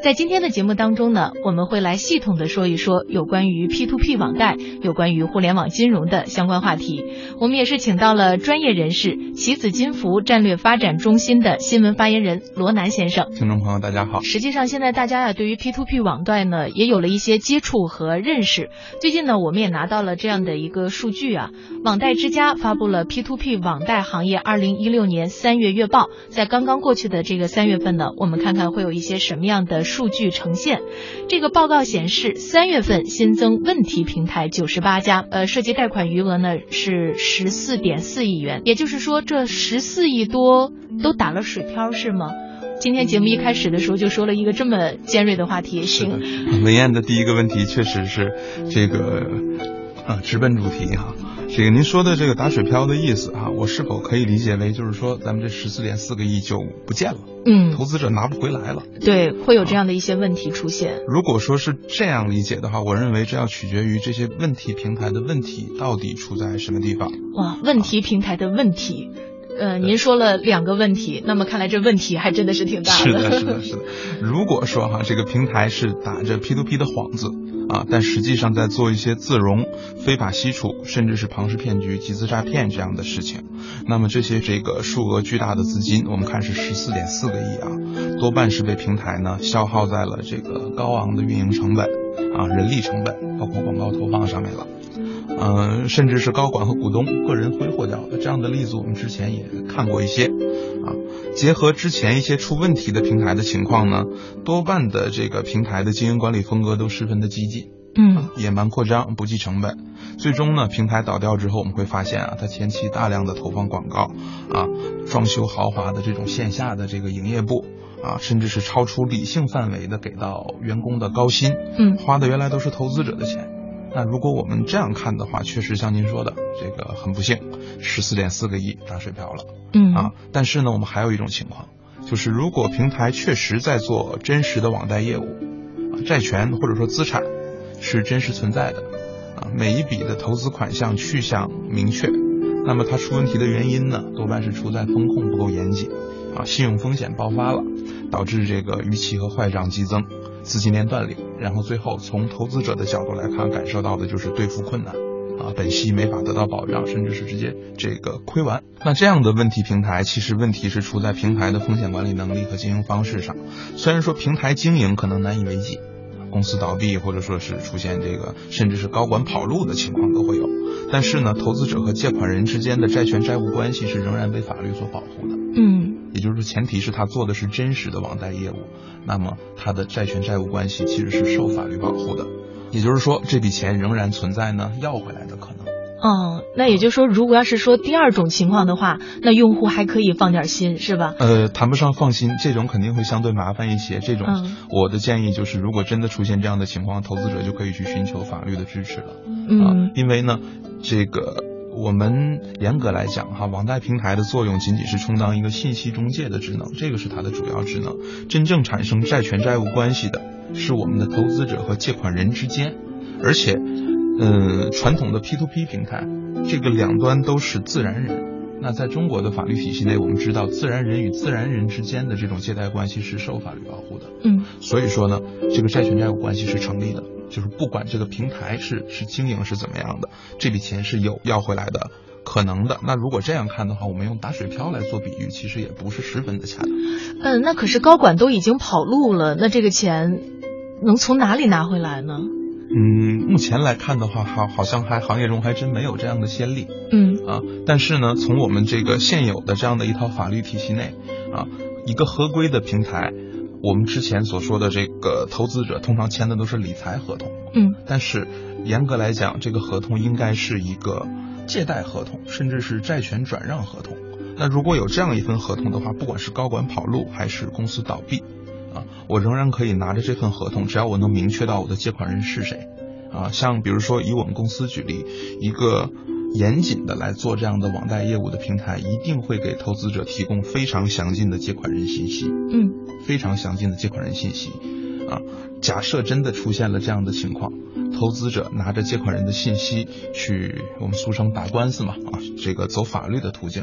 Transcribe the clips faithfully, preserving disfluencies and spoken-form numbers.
在今天的节目当中呢，我们会来系统的说一说有关于 P to P 网贷、有关于互联网金融的相关话题。我们也是请到了专业人士棋子金服战略发展中心的新闻发言人罗南先生。 听众朋友大家好。 实际上现在大家呀、啊、对于 P to P 网贷呢也有了一些接触和认识。最近呢我们也拿到了这样的一个数据啊，网贷之家发布了 P to P 网贷行业二零一六年三月月报。在刚刚过去的这个三月份呢，我们看看会有一些什么样的数据呈现。这个报告显示，三月份新增问题平台九十八家，呃，涉及贷款余额呢是十四点四亿元，也就是说这十四亿多都打了水漂是吗？今天节目一开始的时候就说了一个这么尖锐的话题，行。 文燕的第一个问题确实是这个啊，直奔主题哈。这个您说的这个打水漂的意思啊，我是否可以理解为就是说咱们这十四点四个亿就不见了？ 嗯， 投资者拿不回来了。 对，会有这样的一些问题出现。 如果说是这样理解的话，我认为这要取决于这些问题平台的问题到底出在什么地方。 哇，问题平台的问题。呃，您说了两个问题，那么看来这问题还真的是挺大的。 是的，是的，是的。如果说哈，这个平台是打着 P to P 的幌子啊，但实际上在做一些自融、非法吸储，甚至是庞氏骗局、集资诈骗这样的事情，那么这些这个数额巨大的资金，我们看是十四点四个亿啊，多半是被平台呢消耗在了这个高昂的运营成本啊、人力成本，包括广告投放上面了。嗯、呃，甚至是高管和股东个人挥霍掉的这样的例子，我们之前也看过一些啊。结合之前一些出问题的平台的情况呢，多半的这个平台的经营管理风格都十分的激进， 嗯、 啊，野蛮扩张，不计成本。最终呢，平台倒掉之后，我们会发现啊，它前期大量的投放广告啊，装修豪华的这种线下的这个营业部啊，甚至是超出理性范围的给到员工的高薪， 嗯， 花的原来都是投资者的钱。那如果我们这样看的话，确实像您说的，这个很不幸，十四点四个亿打水漂了， 嗯啊，但是呢，我们还有一种情况，就是如果平台确实在做真实的网贷业务，啊，债权或者说资产是真实存在的，啊，每一笔的投资款项去向明确，那么它出问题的原因呢，多半是出在风控不够严谨，啊，信用风险爆发了，导致这个逾期和坏账激增，资金链断裂，然后最后从投资者的角度来看，感受到的就是兑付困难啊，本息没法得到保障，甚至是直接这个亏完。那这样的问题平台，其实问题是出在平台的风险管理能力和经营方式上。虽然说平台经营可能难以为继，公司倒闭或者说是出现这个甚至是高管跑路的情况都会有，但是呢，投资者和借款人之间的债权债务关系是仍然被法律所保护的。 嗯， 也就是说，前提是他做的是真实的网贷业务，那么他的债权债务关系其实是受法律保护的。也就是说，这笔钱仍然存在呢要回来的可能。 哦，那也就是说，如果要是说第二种情况的话，那用户还可以放点心，是吧？ 呃，谈不上放心，这种肯定会相对麻烦一些。这种、嗯、我的建议就是，如果真的出现这样的情况，投资者就可以去寻求法律的支持了。 嗯、 啊，因为呢，这个我们严格来讲哈，网贷平台的作用仅仅是充当一个信息中介的职能，这个是它的主要职能。真正产生债权债务关系的是我们的投资者和借款人之间，而且。嗯，传统的 P to P 平台，这个两端都是自然人。那在中国的法律体系内，我们知道自然人与自然人之间的这种借贷关系是受法律保护的。 嗯， 所以说呢，这个债权债务关系是成立的，就是不管这个平台是是经营是怎么样的，这笔钱是有要回来的可能的。那如果这样看的话，我们用打水漂来做比喻，其实也不是十分的恰当。 嗯，那可是高管都已经跑路了，那这个钱能从哪里拿回来呢？ 嗯，目前来看的话，好，好像还行业中还真没有这样的先例。 嗯啊，但是呢，从我们这个现有的这样的一套法律体系内，啊，一个合规的平台，我们之前所说的这个投资者通常签的都是理财合同。 嗯， 但是严格来讲，这个合同应该是一个借贷合同，甚至是债权转让合同。那如果有这样一份合同的话，不管是高管跑路还是公司倒闭，啊，我仍然可以拿着这份合同，只要我能明确到我的借款人是谁，啊，像比如说以我们公司举例，一个严谨的来做这样的网贷业务的平台，一定会给投资者提供非常详尽的借款人信息， 嗯， 非常详尽的借款人信息，啊，假设真的出现了这样的情况，投资者拿着借款人的信息去，我们俗称打官司嘛，啊，这个走法律的途径，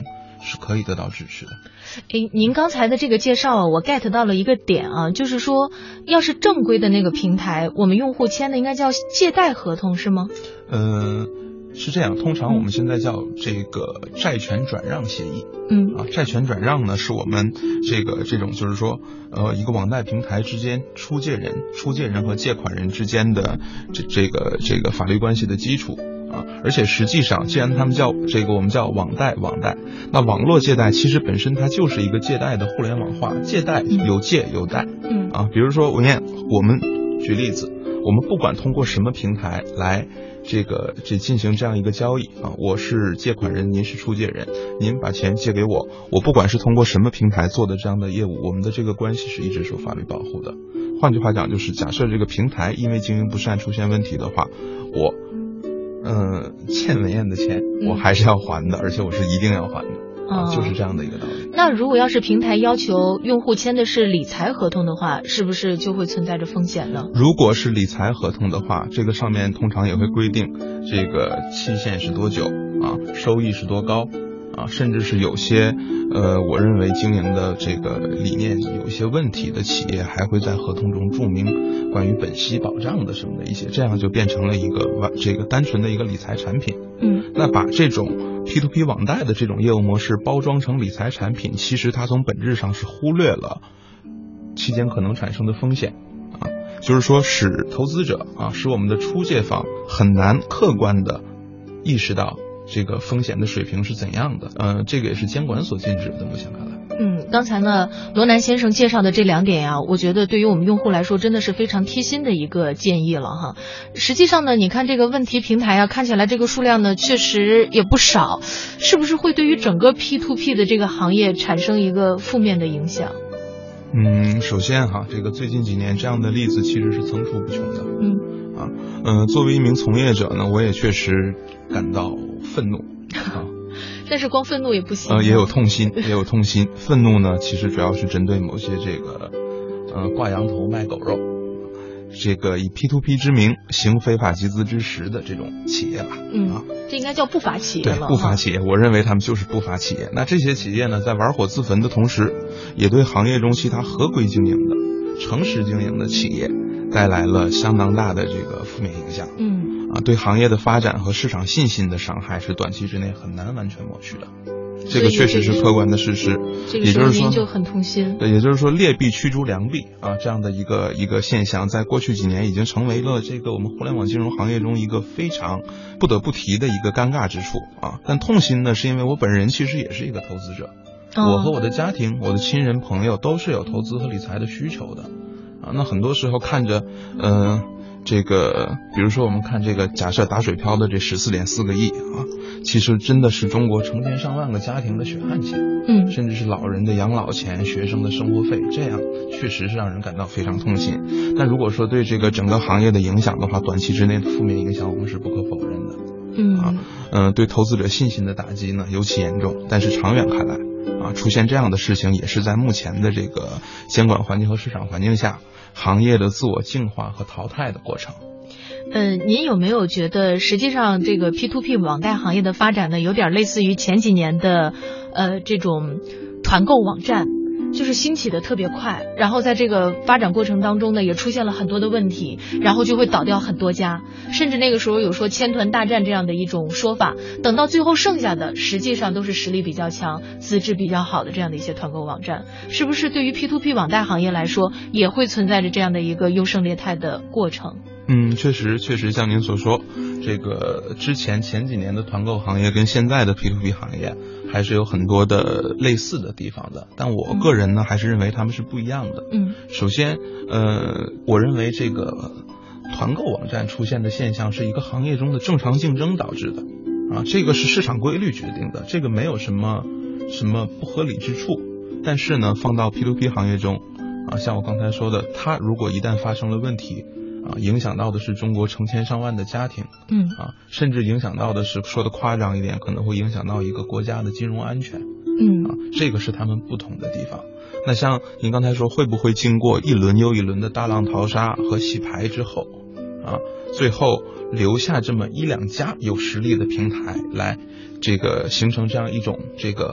是可以得到支持的。 诶，您刚才的这个介绍啊，我 get 到了一个点啊，就是说，要是正规的那个平台，我们用户签的应该叫借贷合同是吗？ 呃，是这样，通常我们现在叫这个债权转让协议。 嗯啊，债权转让呢，是我们这个这种就是说，呃，一个网贷平台之间出借人、出借人和借款人之间的这这个这个法律关系的基础啊。而且实际上，既然他们叫这个我们叫网贷，网贷，那网络借贷其实本身它就是一个借贷的互联网化，借贷有借有贷。 嗯啊，比如说我念我们举例子，我们不管通过什么平台来。这个这进行这样一个交易啊，我是借款人，您是出借人，您把钱借给我，我不管是通过什么平台做的这样的业务，我们的这个关系是一直受法律保护的。换句话讲，就是假设这个平台因为经营不善出现问题的话，我呃欠文燕的钱我还是要还的，而且我是一定要还的。啊，就是这样的一个道理。 那如果要是平台要求用户签的是理财合同的话，是不是就会存在着风险呢？ 如果是理财合同的话，这个上面通常也会规定这个期限是多久啊，收益是多高啊，甚至是有些呃，我认为经营的这个理念有一些问题的企业，还会在合同中注明关于本息保障的什么的一些，这样就变成了一个完这个单纯的一个理财产品。 嗯， 那把这种P to P 网贷的这种业务模式包装成理财产品，其实它从本质上是忽略了期间可能产生的风险啊，就是说使投资者啊，使我们的出借方很难客观的意识到这个风险的水平是怎样的。呃，这个也是监管所禁止的，目前看来。 嗯，刚才呢，罗南先生介绍的这两点呀、啊，我觉得对于我们用户来说，真的是非常贴心的一个建议了哈。实际上呢，你看这个问题平台啊，看起来这个数量呢，确实也不少，是不是会对于整个 P to P 的这个行业产生一个负面的影响？ 嗯，首先哈，这个最近几年这样的例子其实是层出不穷的。 嗯啊，嗯、呃，作为一名从业者呢，我也确实感到愤怒啊。 但是光愤怒也不行。 呃，也有痛心，也有痛心。愤怒呢，其实主要是针对某些这个，呃，挂羊头卖狗肉，这个以 P to P 之名行非法集资之实的这种企业吧。 嗯， 啊， 这应该叫不法企业了。 对，不法企业，我认为他们就是不法企业。那这些企业呢，在玩火自焚的同时，也对行业中其他合规经营的、诚实经营的企业带来了相当大的这个负面影响。 嗯。 啊，对行业的发展和市场信心的伤害是短期之内很难完全抹去的，这个确实是客观的事实。 这个时候您就很痛心。 对，也就是说劣币驱逐良币啊，这样的一个一个现象，在过去几年已经成为了这个我们互联网金融行业中一个非常不得不提的一个尴尬之处啊。但痛心呢，是因为我本人其实也是一个投资者， 哦、 我和我的家庭、我的亲人朋友都是有投资和理财的需求的啊。那很多时候看着，呃。这个，比如说我们看这个，假设打水漂的这十四点四个亿啊，其实真的是中国成千上万个家庭的血汗钱， 嗯， 甚至是老人的养老钱、学生的生活费，这样确实是让人感到非常痛心。但如果说对这个整个行业的影响的话，短期之内的负面影响我们是不可否认的， 嗯啊，嗯、呃，对投资者信心的打击呢尤其严重。但是长远看来啊，出现这样的事情也是在目前的这个监管环境和市场环境下，行业的自我净化和淘汰的过程。 呃，您有没有觉得实际上这个 P to P 网贷行业的发展呢，有点类似于前几年的呃这种团购网站，就是兴起的特别快，然后在这个发展过程当中呢，也出现了很多的问题，然后就会倒掉很多家，甚至那个时候有说千团大战这样的一种说法，等到最后剩下的实际上都是实力比较强、资质比较好的这样的一些团购网站，是不是对于 P to P 网贷行业来说也会存在着这样的一个优胜劣汰的过程？ 嗯，确实，确实像您所说，这个之前前几年的团购行业跟现在的 P to P 行业还是有很多的类似的地方的，但我个人呢，还是认为他们是不一样的。 嗯， 首先，呃，我认为这个团购网站出现的现象是一个行业中的正常竞争导致的，啊，这个是市场规律决定的，这个没有什么什么不合理之处。但是呢，放到 P to P 行业中，啊，像我刚才说的，它如果一旦发生了问题，啊，影响到的是中国成千上万的家庭， 嗯， 啊，甚至影响到的是，说的夸张一点，可能会影响到一个国家的金融安全， 嗯， 啊，这个是他们不同的地方。那像您刚才说，会不会经过一轮又一轮的大浪淘沙和洗牌之后，啊，最后留下这么一两家有实力的平台来，这个形成这样一种这个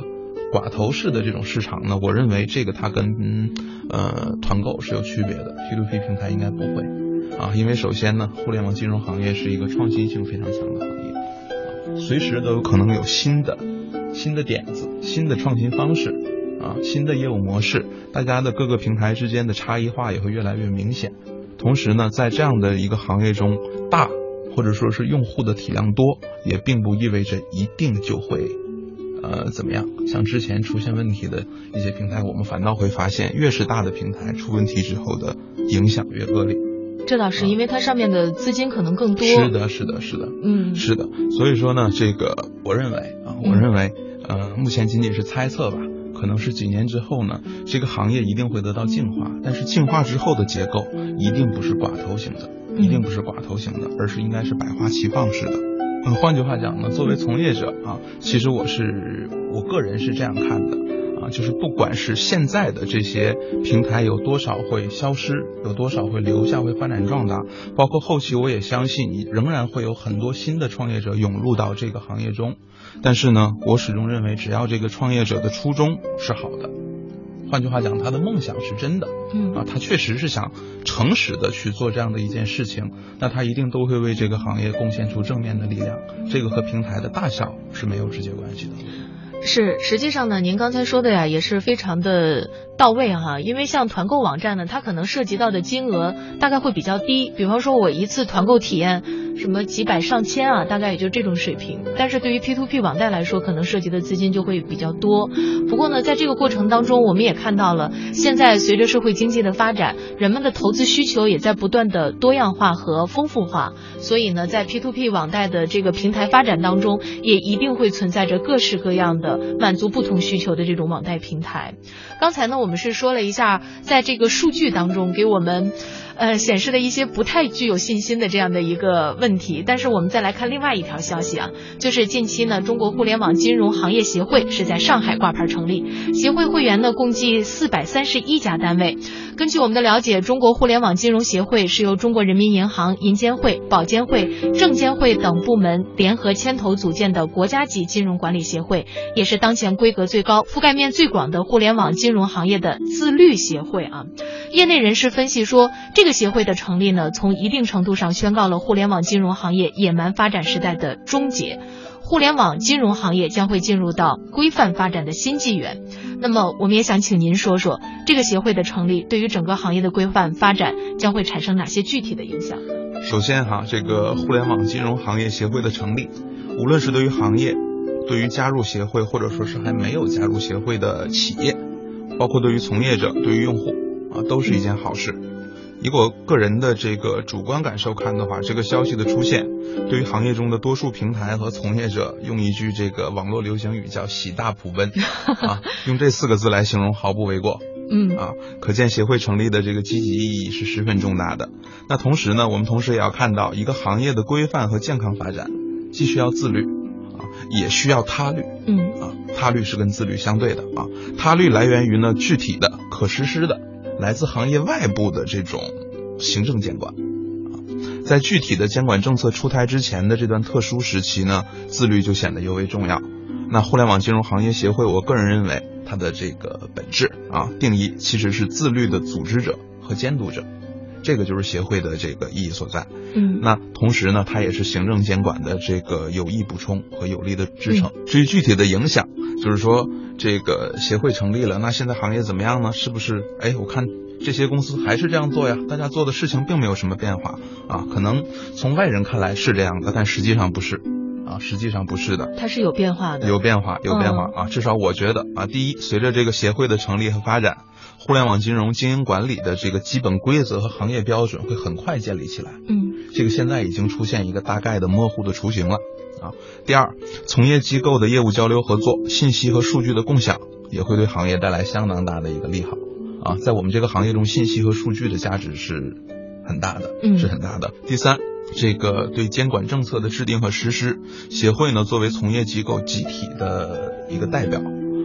寡头式的这种市场呢，我认为这个它跟嗯呃团购是有区别的 ，P to P 平台应该不会啊，因为首先呢，互联网金融行业是一个创新性非常强的行业，啊，随时都有可能有新的新的点子、新的创新方式啊、新的业务模式，大家的各个平台之间的差异化也会越来越明显。同时呢，在这样的一个行业中，大或者说是用户的体量多，也并不意味着一定就会呃怎么样。像之前出现问题的一些平台，我们反倒会发现，越是大的平台出问题之后的影响越恶劣。 这倒是，因为它上面的资金可能更多。 是的，是的，是的， 嗯， 是的。所以说呢，这个我认为啊，我认为，呃，目前仅仅是猜测吧。可能是几年之后呢，这个行业一定会得到净化，但是净化之后的结构一定不是寡头型的，一定不是寡头型的，而是应该是百花齐放式的。嗯，换句话讲呢，作为从业者啊，其实我是我个人是这样看的啊，就是不管是现在的这些平台有多少会消失，有多少会留下，会发展壮大，包括后期我也相信你仍然会有很多新的创业者涌入到这个行业中。但是呢，我始终认为，只要这个创业者的初衷是好的，换句话讲，他的梦想是真的， 嗯啊，他确实是想诚实的去做这样的一件事情，那他一定都会为这个行业贡献出正面的力量。这个和平台的大小是没有直接关系的。 是，实际上呢，您刚才说的呀，也是非常的到位哈。因为像团购网站呢，它可能涉及到的金额大概会比较低，比方说我一次团购体验什么几百上千啊，大概也就这种水平。但是对于 P to P 网贷来说，可能涉及的资金就会比较多。不过呢，在这个过程当中，我们也看到了，现在随着社会经济的发展，人们的投资需求也在不断的多样化和丰富化。所以呢，在 P to P 网贷的这个平台发展当中，也一定会存在着各式各样的满足不同需求的这种网贷平台。刚才呢，我们是说了一下，在这个数据当中给我们呃显示的一些不太具有信心的这样的一个问题。但是我们再来看另外一条消息啊，就是近期呢，中国互联网金融行业协会是在上海挂牌成立，协会会员呢共计四百三十一家单位。根据我们的了解，中国互联网金融协会是由中国人民银行、银监会、保监会、证监会等部门联合牵头组建的国家级金融管理协会，也是当前规格最高、覆盖面最广的互联网金融行业的自律协会啊。业内人士分析说，这个协会的成立呢，从一定程度上宣告了互联网金融行业野蛮发展时代的终结。互联网金融行业将会进入到规范发展的新纪元。那么我们也想请您说说，这个协会的成立对于整个行业的规范发展将会产生哪些具体的影响？ 首先哈，这个互联网金融行业协会的成立，无论是对于行业，对于加入协会或者说是还没有加入协会的企业，包括对于从业者、对于用户啊，都是一件好事。以我个人的这个主观感受看的话，这个消息的出现，对于行业中的多数平台和从业者，用一句这个网络流行语叫喜大普奔啊，用这四个字来形容毫不为过。 嗯啊，可见协会成立的这个积极意义是十分重大的。那同时呢，我们同时也要看到，一个行业的规范和健康发展，既需要自律啊，也需要他律。 嗯啊，他律是跟自律相对的啊，他律来源于呢具体的、可实施的，来自行业外部的这种行政监管啊。在具体的监管政策出台之前的这段特殊时期呢，自律就显得尤为重要。那互联网金融行业协会，我个人认为它的这个本质啊定义其实是自律的组织者和监督者，这个就是协会的这个意义所在。 嗯， 那同时呢，它也是行政监管的这个有益补充和有力的支撑。嗯、至于具体的影响，就是说这个协会成立了，那现在行业怎么样呢？是不是哎，我看这些公司还是这样做呀，大家做的事情并没有什么变化啊？可能从外人看来是这样的，但实际上不是。啊，实际上不是的， 它是有变化的， 有变化，有变化、嗯、啊！至少我觉得啊，第一，随着这个协会的成立和发展，互联网金融经营管理的这个基本规则和行业标准会很快建立起来。 嗯， 这个现在已经出现一个大概的模糊的雏形了啊。第二，从业机构的业务交流合作、信息和数据的共享，也会对行业带来相当大的一个利好啊。在我们这个行业中，信息和数据的价值是很大的， 嗯， 是很大的。第三，这个对监管政策的制定和实施，协会呢作为从业机构集体的一个代表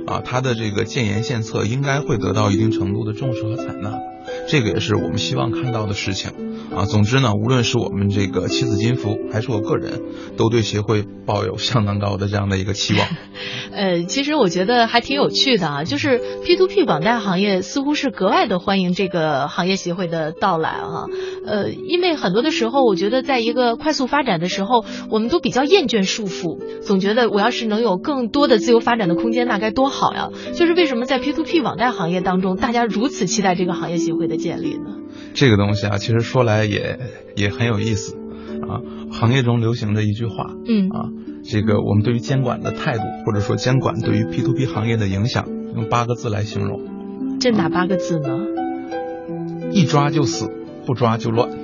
啊，它的这个建言献策应该会得到一定程度的重视和采纳，这个也是我们希望看到的事情啊。总之呢，无论是我们这个七子金服，还是我个人，都对协会抱有相当高的这样的一个期望。 呃，其实我觉得还挺有趣的啊，就是 P to P 网贷行业似乎是格外的欢迎这个行业协会的到来啊。呃，因为很多的时候，我觉得在一个快速发展的时候，我们都比较厌倦束缚，总觉得我要是能有更多的自由发展的空间，那该多好呀。就是为什么在 P to P 网贷行业当中，大家如此期待这个行业协会的建立呢？ 这个东西啊，其实说来也也很有意思啊。行业中流行着一句话， 嗯啊，这个我们对于监管的态度，或者说监管对于 P to P 行业的影响，用八个字来形容。 这哪八个字呢？ 一抓就死，不抓就乱。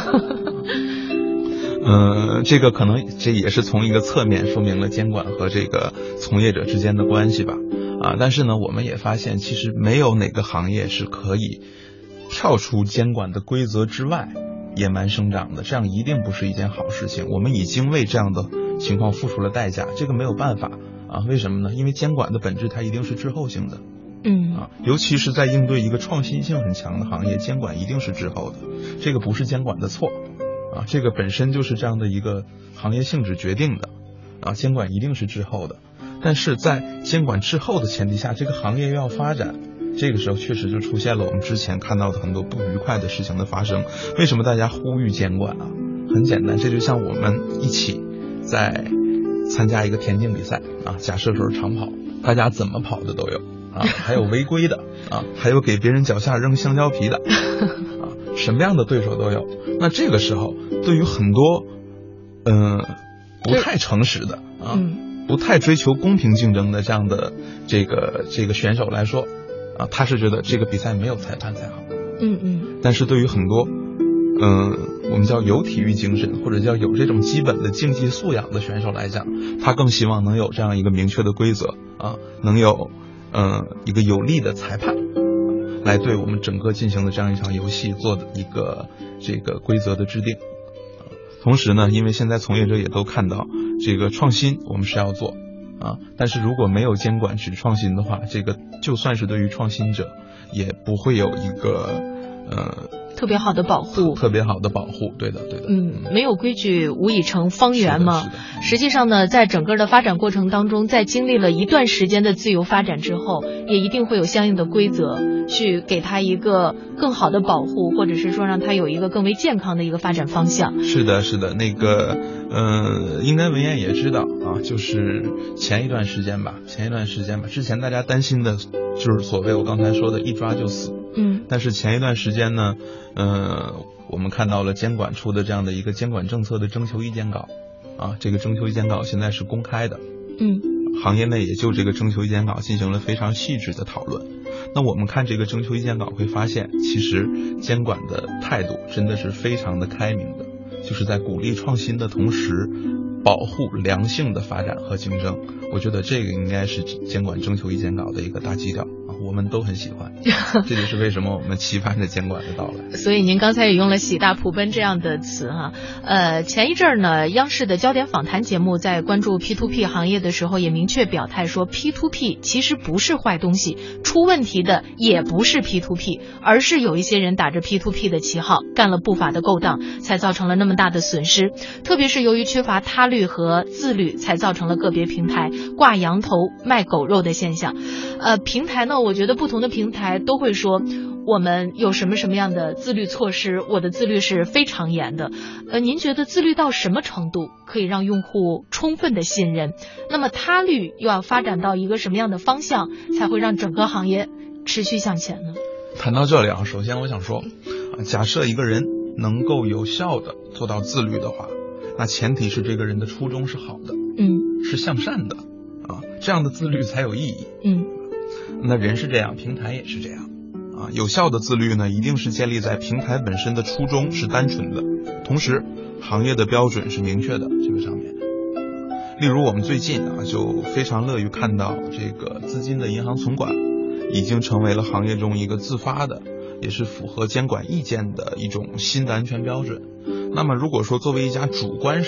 呃，这个可能这也是从一个侧面说明了监管和这个从业者之间的关系吧。啊，但是呢，我们也发现，其实没有哪个行业是可以跳出监管的规则之外野蛮生长的，这样一定不是一件好事情。我们已经为这样的情况付出了代价，这个没有办法啊。为什么呢？因为监管的本质它一定是滞后性的。 嗯啊，尤其是在应对一个创新性很强的行业，监管一定是滞后的。这个不是监管的错啊，这个本身就是这样的一个行业性质决定的啊，监管一定是滞后的。但是在监管滞后的前提下，这个行业又要发展，这个时候确实就出现了我们之前看到的很多不愉快的事情的发生。为什么大家呼吁监管啊？很简单，这就像我们一起在参加一个田径比赛啊，假设说是长跑，大家怎么跑的都有啊，还有违规的啊，还有给别人脚下扔香蕉皮的啊，什么样的对手都有。那这个时候，对于很多嗯、呃、不太诚实的啊。 嗯不太追求公平竞争的这样的这个这个选手来说，啊，他是觉得这个比赛没有裁判才好。 嗯嗯。 但是对于很多，嗯、呃，我们叫有体育精神或者叫有这种基本的竞技素养的选手来讲，他更希望能有这样一个明确的规则啊，能有嗯、呃、一个有力的裁判，来对我们整个进行的这样一场游戏做的一个这个规则的制定。同时呢，因为现在从业者也都看到这个创新我们是要做啊，但是如果没有监管只创新的话，这个就算是对于创新者也不会有一个呃特别好的保护， 特别好的保护，对的对的。 嗯，没有规矩无以成方圆嘛。 是的是的。 实际上呢，在整个的发展过程当中，在经历了一段时间的自由发展之后，也一定会有相应的规则去给它一个更好的保护，或者是说让它有一个更为健康的一个发展方向。 是的是的，那个呃应该文彦也知道啊，就是前一段时间吧，前一段时间吧，之前大家担心的就是所谓我刚才说的一抓就死。 嗯， 但是前一段时间呢，呃，我们看到了监管出的这样的一个监管政策的征求意见稿，啊，这个征求意见稿现在是公开的， 嗯， 行业内也就这个征求意见稿进行了非常细致的讨论。那我们看这个征求意见稿会发现，其实监管的态度真的是非常的开明的，就是在鼓励创新的同时，保护良性的发展和竞争。我觉得这个应该是监管征求意见稿的一个大基调啊，我们都很喜欢。这就是为什么我们期盼着监管的到来。 所以您刚才也用了喜大普奔这样的词哈。呃，前一阵儿呢，央视的焦点访谈节目在关注 P to P 行业的时候，也明确表态说 P to P 其实不是坏东西，出问题的也不是 P to P， 而是有一些人打着 P to P 的旗号干了不法的勾当，才造成了那么大的损失。特别是由于缺乏他律和自律，才造成了个别平台挂羊头卖狗肉的现象。呃，平台呢，我觉得不同的平台都会说我们有什么什么样的自律措施，我的自律是非常严的。呃，您觉得自律到什么程度可以让用户充分的信任？那么他律又要发展到一个什么样的方向，才会让整个行业持续向前呢？ 谈到这里啊，首先我想说，啊，假设一个人能够有效的做到自律的话，那前提是这个人的初衷是好的， 嗯， 是向善的，啊，这样的自律才有意义。 嗯， 那人是这样，平台也是这样，啊，有效的自律呢，一定是建立在平台本身的初衷是单纯的，同时行业的标准是明确的这个上面。例如我们最近啊，就非常乐于看到这个资金的银行存管已经成为了行业中一个自发的，也是符合监管意见的一种新的安全标准。那么如果说作为一家主观上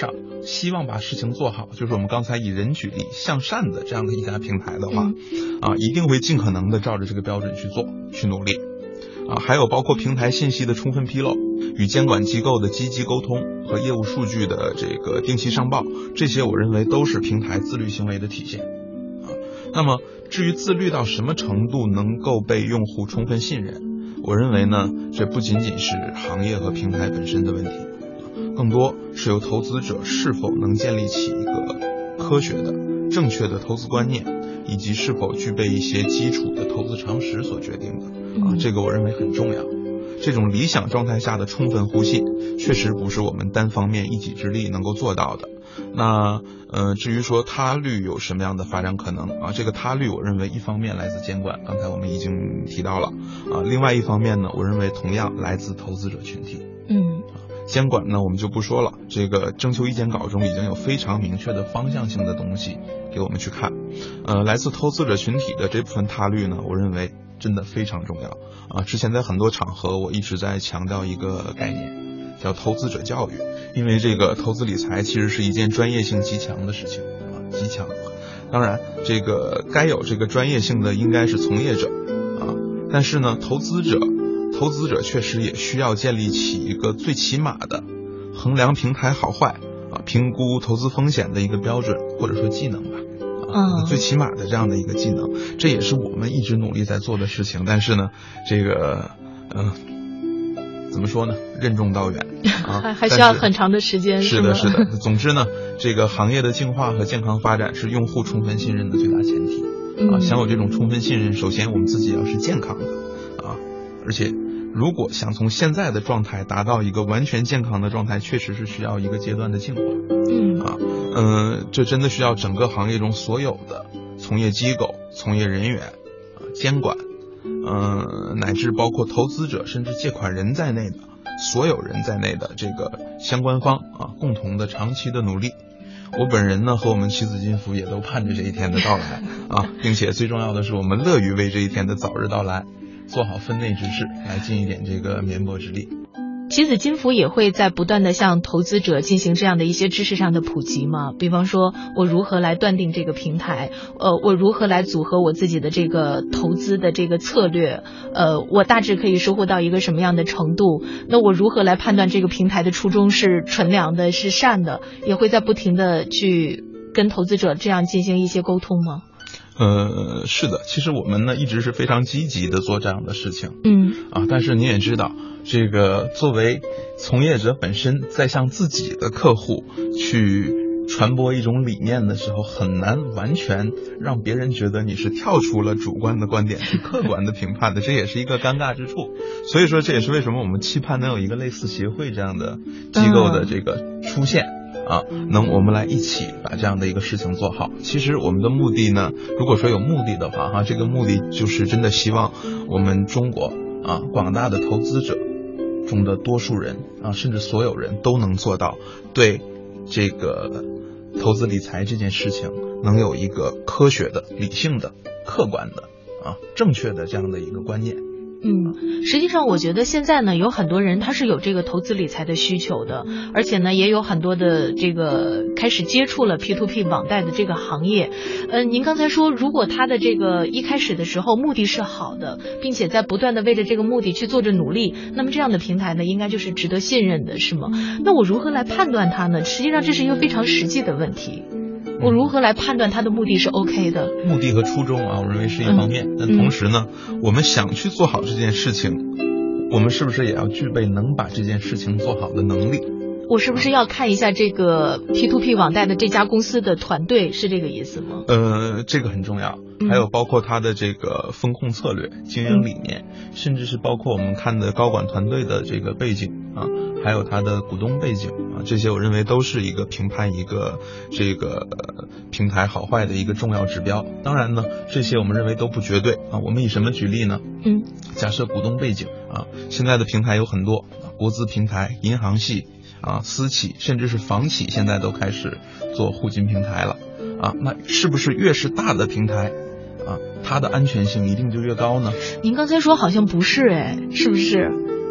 希望把事情做好，就是我们刚才以人举例向善的这样的一家平台的话， 嗯、 啊，一定会尽可能的照着这个标准去做，去努力。啊，还有包括平台信息的充分披露，与监管机构的积极沟通和业务数据的这个定期上报，这些我认为都是平台自律行为的体现。啊，那么至于自律到什么程度能够被用户充分信任，我认为呢，这不仅仅是行业和平台本身的问题，更多是由投资者是否能建立起一个科学的、正确的投资观念，以及是否具备一些基础的投资常识所决定的。啊，这个我认为很重要。这种理想状态下的充分互信，确实不是我们单方面一己之力能够做到的。那呃，至于说他律有什么样的发展可能啊，这个他律我认为一方面来自监管，刚才我们已经提到了啊，另外一方面呢，我认为同样来自投资者群体。 嗯， 监管呢我们就不说了，这个征求意见稿中已经有非常明确的方向性的东西给我们去看。呃，来自投资者群体的这部分他律呢，我认为真的非常重要啊！之前在很多场合我一直在强调一个概念，叫投资者教育。因为这个投资理财其实是一件专业性极强的事情啊，极强。当然，这个该有这个专业性的应该是从业者啊，但是呢，投资者，投资者确实也需要建立起一个最起码的衡量平台好坏啊、评估投资风险的一个标准或者说技能吧。 嗯， 最起码的这样的一个技能，这也是我们一直努力在做的事情。但是呢，这个，嗯、呃，怎么说呢？任重道远啊， 还还需要很长的时间。 是的，是的。总之呢，这个行业的净化和健康发展是用户充分信任的最大前提啊。想有这种充分信任，首先我们自己要是健康的啊，而且如果想从现在的状态达到一个完全健康的状态，确实是需要一个阶段的进化。 嗯啊，嗯、呃，这真的需要整个行业中所有的从业机构、从业人员、啊、监管，嗯、呃，乃至包括投资者甚至借款人在内的所有人在内的这个相关方啊，共同的长期的努力。我本人呢和我们棋子金服也都盼着这一天的到来啊，并且最重要的是，我们乐于为这一天的早日到来做好分内之事，来尽一点这个绵薄之力。 棋子金服也会在不断的向投资者进行这样的一些知识上的普及嘛，比方说我如何来断定这个平台，呃，我如何来组合我自己的这个投资的这个策略，呃，我大致可以收获到一个什么样的程度，那我如何来判断这个平台的初衷是纯良的，是善的，也会在不停的去跟投资者这样进行一些沟通吗？ 呃，是的，其实我们呢一直是非常积极的做这样的事情， 嗯， 啊，但是你也知道，这个作为从业者本身，在向自己的客户去传播一种理念的时候，很难完全让别人觉得你是跳出了主观的观点去客观的评判的，这也是一个尴尬之处。所以说，这也是为什么我们期盼能有一个类似协会这样的机构的这个出现。嗯啊，能我们来一起把这样的一个事情做好。其实我们的目的呢，如果说有目的的话，哈，这个目的就是真的希望我们中国啊广大的投资者中的多数人啊，甚至所有人都能做到对这个投资理财这件事情能有一个科学的、理性的、客观的啊正确的这样的一个观念。 嗯，实际上我觉得现在呢，有很多人他是有这个投资理财的需求的，而且呢，也有很多的这个开始接触了 P to P 网贷的这个行业。呃，您刚才说，如果他的这个一开始的时候目的是好的，并且在不断的为着这个目的去做着努力，那么这样的平台呢，应该就是值得信任的，是吗？那我如何来判断它呢？实际上这是一个非常实际的问题。我如何来判断他的目的是 OK 的？ 目的和初衷啊，我认为是一方面。但、嗯、同时呢、嗯，我们想去做好这件事情，我们是不是也要具备能把这件事情做好的能力？ 我是不是要看一下这个 P to P 网贷的这家公司的团队，是这个意思吗？ 呃，这个很重要，还有包括它的这个风控策略、经营理念、嗯，甚至是包括我们看的高管团队的这个背景啊，还有它的股东背景啊，这些我认为都是一个评判一个这个、呃、平台好坏的一个重要指标。当然呢，这些我们认为都不绝对啊。我们以什么举例呢？嗯，假设股东背景啊，现在的平台有很多，国资平台、银行系。啊，私企甚至是房企现在都开始做互金平台了啊，那是不是越是大的平台啊，它的安全性一定就越高呢？ 您刚才说好像不是哎，是不是？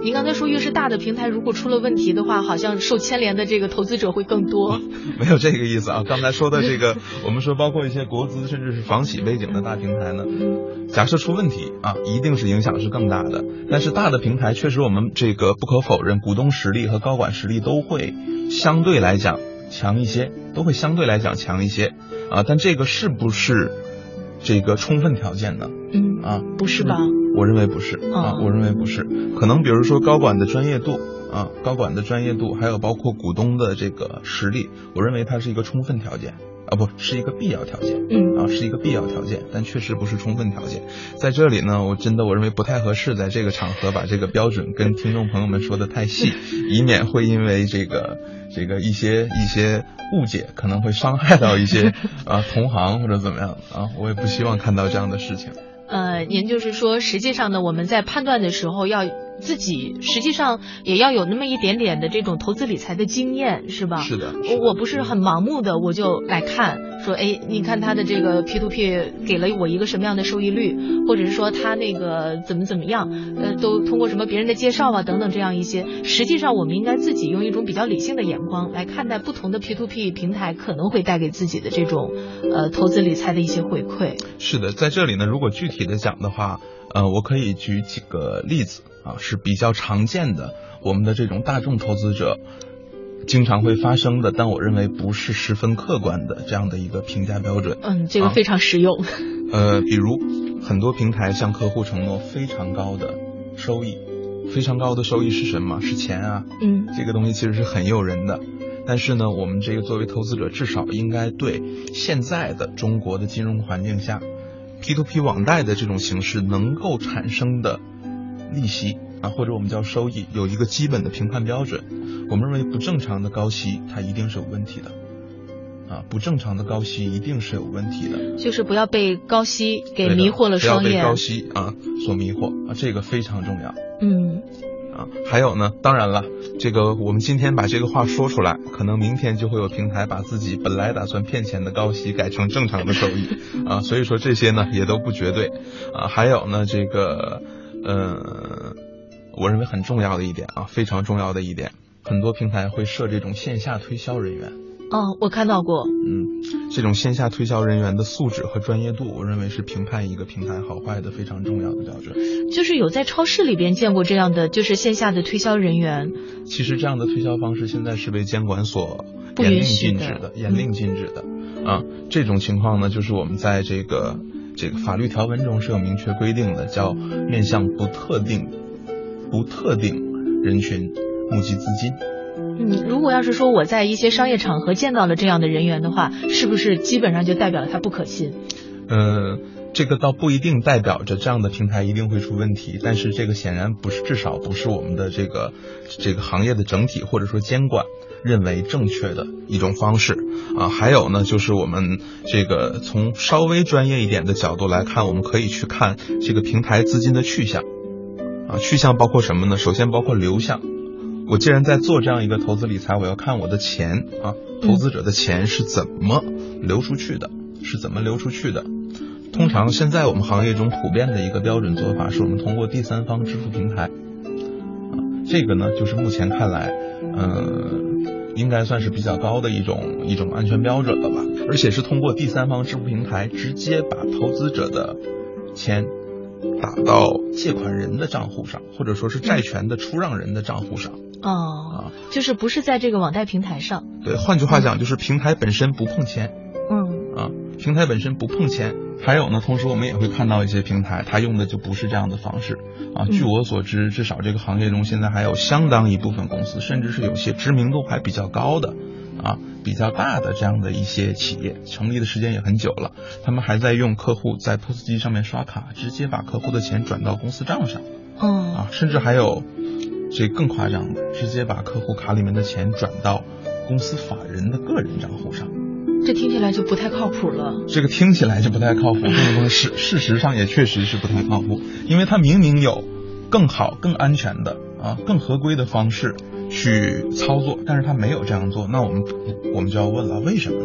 您刚才说越是大的平台，如果出了问题的话，好像受牵连的这个投资者会更多。 没有这个意思啊，刚才说的这个，我们说包括一些国资甚至是房企背景的大平台呢，假设出问题啊，一定是影响是更大的。但是大的平台确实我们这个不可否认，股东实力和高管实力都会相对来讲强一些，都会相对来讲强一些啊。但这个是不是这个充分条件呢？ 嗯啊， 不是吧？ 我认为不是啊，我认为不是。可能比如说高管的专业度啊，高管的专业度，还有包括股东的这个实力，我认为它是一个充分条件啊，不是一个必要条件。 嗯啊，是一个必要条件，但确实不是充分条件。在这里呢，我真的我认为不太合适在这个场合把这个标准跟听众朋友们说的太细，以免会因为这个这个一些一些误解，可能会伤害到一些啊同行或者怎么样啊，我也不希望看到这样的事情。 呃，您就是说，实际上呢，我们在判断的时候要自己实际上也要有那么一点点的这种投资理财的经验，是吧？ 是的， 我我不是很盲目的我就来看说，哎，你看他的这个 P to P 给了我一个什么样的收益率，或者是说他那个怎么怎么样，呃，都通过什么别人的介绍啊等等这样一些，实际上我们应该自己用一种比较理性的眼光来看待不同的 P to P 平台可能会带给自己的这种呃投资理财的一些回馈。 是的，在这里呢，如果具体的讲的话，呃，我可以举几个例子啊，是比较常见的，我们的这种大众投资者经常会发生的，但我认为不是十分客观的这样的一个评价标准。 嗯，这个非常实用。 啊、呃，比如很多平台向客户承诺非常高的收益，非常高的收益是什么？是钱啊。 嗯， 这个东西其实是很诱人的。但是呢，我们这个作为投资者，至少应该对现在的中国的金融环境下 P to P 网贷的这种形式能够产生的利息啊，或者我们叫收益，有一个基本的评判标准。我们认为不正常的高息它一定是有问题的啊，不正常的高息一定是有问题的， 就是不要被高息给迷惑了双眼， 不要被高息啊所迷惑啊，这个非常重要。 嗯啊，还有呢，当然了，这个我们今天把这个话说出来，可能明天就会有平台把自己本来打算骗钱的高息改成正常的收益啊，所以说这些呢也都不绝对啊。还有呢，这个呃，我认为很重要的一点啊，非常重要的一点，很多平台会设这种线下推销人员。 哦，我看到过。 嗯，这种线下推销人员的素质和专业度，我认为是评判一个平台好坏的非常重要的标准。 就是有在超市里边见过这样的，就是线下的推销人员。 其实这样的推销方式现在是被监管所严令禁止的，严令禁止的。啊，这种情况呢，就是我们在这个这个法律条文中是有明确规定的，叫面向不特定不特定人群募集资金。 嗯，如果要是说我在一些商业场合见到了这样的人员的话，是不是基本上就代表了他不可信？ 呃，这个倒不一定代表着这样的平台一定会出问题，但是这个显然不是，至少不是我们的这个这个行业的整体或者说监管认为正确的一种方式啊。还有呢，就是我们这个从稍微专业一点的角度来看，我们可以去看这个平台资金的去向啊，去向包括什么呢？首先包括流向。我既然在做这样一个投资理财，我要看我的钱啊，投资者的钱是怎么流出去的，是怎么流出去的。通常现在我们行业中普遍的一个标准做法是我们通过第三方支付平台啊，这个呢就是目前看来呃应该算是比较高的一种一种安全标准了吧，而且是通过第三方支付平台直接把投资者的钱打到借款人的账户上，或者说是债权的出让人的账户上。 哦，啊，就是不是在这个网贷平台上。 对，换句话讲，就是平台本身不碰钱。 嗯啊，平台本身不碰钱。还有呢，同时我们也会看到一些平台，它用的就不是这样的方式啊。据我所知，至少这个行业中现在还有相当一部分公司，甚至是有些知名度还比较高的啊，比较大的这样的一些企业，成立的时间也很久了，他们还在用客户在 P O S 机上面刷卡，直接把客户的钱转到公司账上。 嗯啊，甚至还有这更夸张的，直接把客户卡里面的钱转到公司法人的个人账户上。 这听起来就不太靠谱了。 这个听起来就不太靠谱，这个东西事事实上也确实是不太靠谱，因为它明明有更好、更安全的啊、更合规的方式去操作，但是它没有这样做，那我们我们就要问了，为什么呢？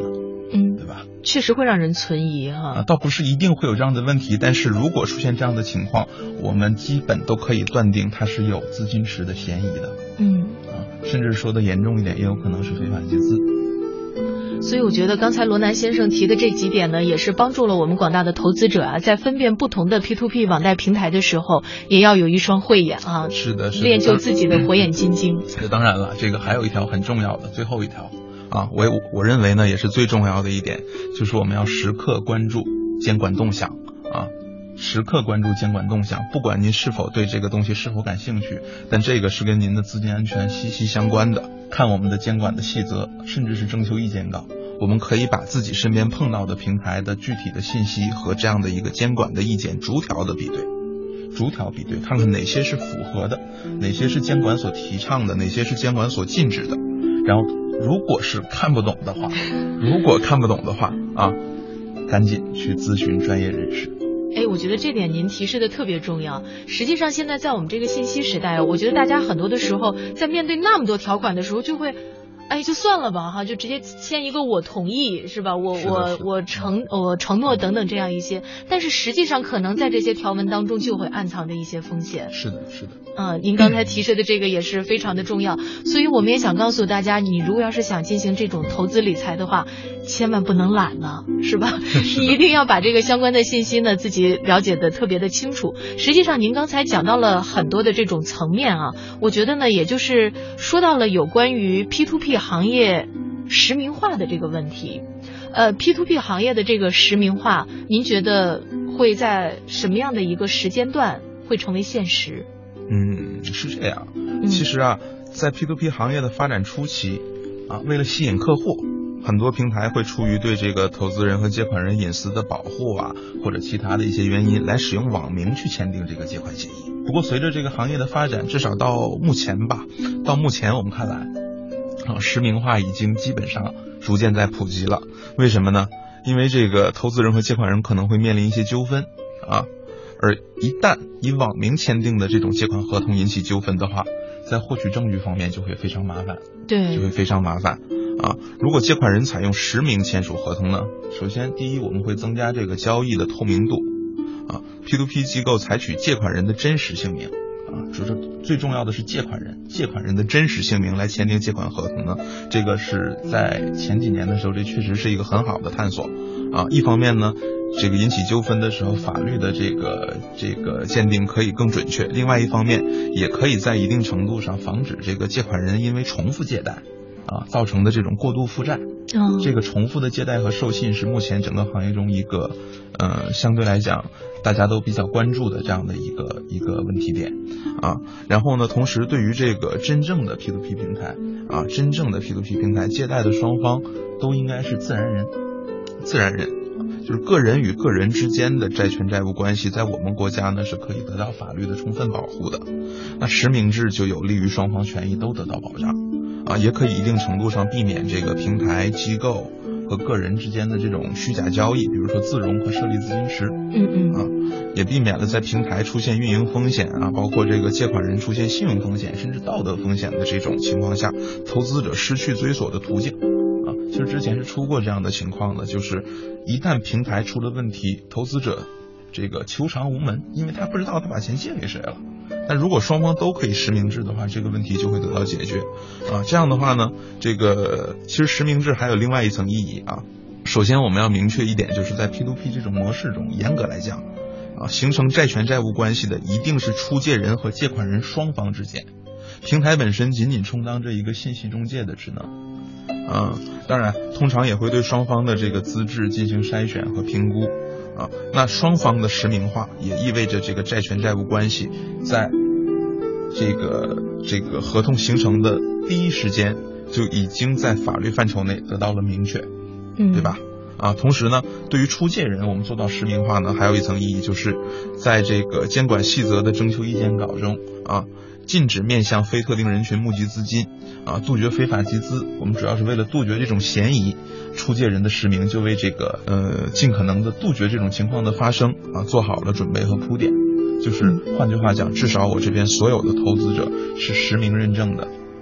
嗯， 对吧？ 确实会让人存疑哈。 啊，倒不是一定会有这样的问题，但是如果出现这样的情况，我们基本都可以断定它是有资金池的嫌疑的。 嗯， 啊，甚至说的严重一点，也有可能是非法集资。 所以我觉得刚才罗南先生提的这几点呢，也是帮助了我们广大的投资者啊，在分辨不同的 P to P 网贷平台的时候，也要有一双慧眼啊。 是的，是的， 练就自己的火眼金睛。 这当然了，这个还有一条很重要的，最后一条啊，我我认为呢，也是最重要的一点，就是我们要时刻关注监管动向啊。时刻关注监管动向，不管您是否对这个东西是否感兴趣，但这个是跟您的资金安全息息相关的。看我们的监管的细则，甚至是征求意见稿，我们可以把自己身边碰到的平台的具体的信息和这样的一个监管的意见逐条的比对，逐条比对，看看哪些是符合的，哪些是监管所提倡的，哪些是监管所禁止的。然后如果是看不懂的话，如果看不懂的话啊，赶紧去咨询专业人士。 哎，我觉得这点您提示的特别重要。实际上现在在我们这个信息时代，我觉得大家很多的时候在面对那么多条款的时候，就会哎，就算了吧哈，就直接签一个我同意，是吧？我我我承我承诺等等这样一些，但是实际上可能在这些条文当中就会暗藏着一些风险。 是的，是的。 嗯，您刚才提示的这个也是非常的重要，所以我们也想告诉大家，你如果要是想进行这种投资理财的话，千万不能懒了，是吧？你一定要把这个相关的信息呢自己了解的特别的清楚。实际上您刚才讲到了很多的这种层面啊，我觉得呢也就是说到了有关于 P to P 行业实名化的这个问题。呃 P to P 行业的这个实名化，您觉得会在什么样的一个时间段会成为现实？ 嗯，是这样。其实啊，在 P to P 行业的发展初期啊，为了吸引客户，很多平台会出于对这个投资人和借款人隐私的保护啊，或者其他的一些原因，来使用网名去签订这个借款协议。不过随着这个行业的发展，至少到目前吧，到目前我们看来啊，实名化已经基本上逐渐在普及了。为什么呢？因为这个投资人和借款人可能会面临一些纠纷啊，而一旦以网名签订的这种借款合同引起纠纷的话，在获取证据方面就会非常麻烦， 对， 就会非常麻烦啊。如果借款人采用实名签署合同呢，首先第一，我们会增加这个交易的透明度啊。P to P 机构采取借款人的真实姓名啊，这是最重要的是借款人，借款人的真实姓名来签订借款合同呢，这个是在前几年的时候，这确实是一个很好的探索啊。一方面呢，这个引起纠纷的时候，法律的这个这个鉴定可以更准确；另外一方面，也可以在一定程度上防止这个借款人因为重复借贷啊造成的这种过度负债。 哦， 这个重复的借贷和授信是目前整个行业中一个呃相对来讲大家都比较关注的这样的一个一个问题点啊。然后呢，同时对于这个真正的 P to P 平台啊，真正的 P to P 平台借贷的双方都应该是自然人，自然人。就是个人与个人之间的债权债务关系，在我们国家呢是可以得到法律的充分保护的。那实名制就有利于双方权益都得到保障啊，也可以一定程度上避免这个平台机构和个人之间的这种虚假交易，比如说自融和设立资金池。 嗯嗯啊，也避免了在平台出现运营风险啊，包括这个借款人出现信用风险甚至道德风险的这种情况下，投资者失去追索的途径。啊，其实之前是出过这样的情况的，就是一旦平台出了问题，投资者这个求偿无门，因为他不知道他把钱借给谁了。但如果双方都可以实名制的话，这个问题就会得到解决啊。这样的话呢，这个其实实名制还有另外一层意义啊。首先我们要明确一点，就是在 P to P 这种模式中，严格来讲啊，形成债权债务关系的一定是出借人和借款人双方之间，平台本身仅仅充当这一个信息中介的职能。啊，当然，通常也会对双方的这个资质进行筛选和评估啊。那双方的实名化也意味着这个债权债务关系在这个这个合同形成的第一时间就已经在法律范畴内得到了明确， 嗯， 对吧？啊，同时呢，对于出借人，我们做到实名化呢，还有一层意义，就是在这个监管细则的征求意见稿中啊，禁止面向非特定人群募集资金啊，杜绝非法集资。我们主要是为了杜绝这种嫌疑，出借人的实名就为这个呃尽可能的杜绝这种情况的发生啊做好了准备和铺垫。就是换句话讲，至少我这边所有的投资者是实名认证的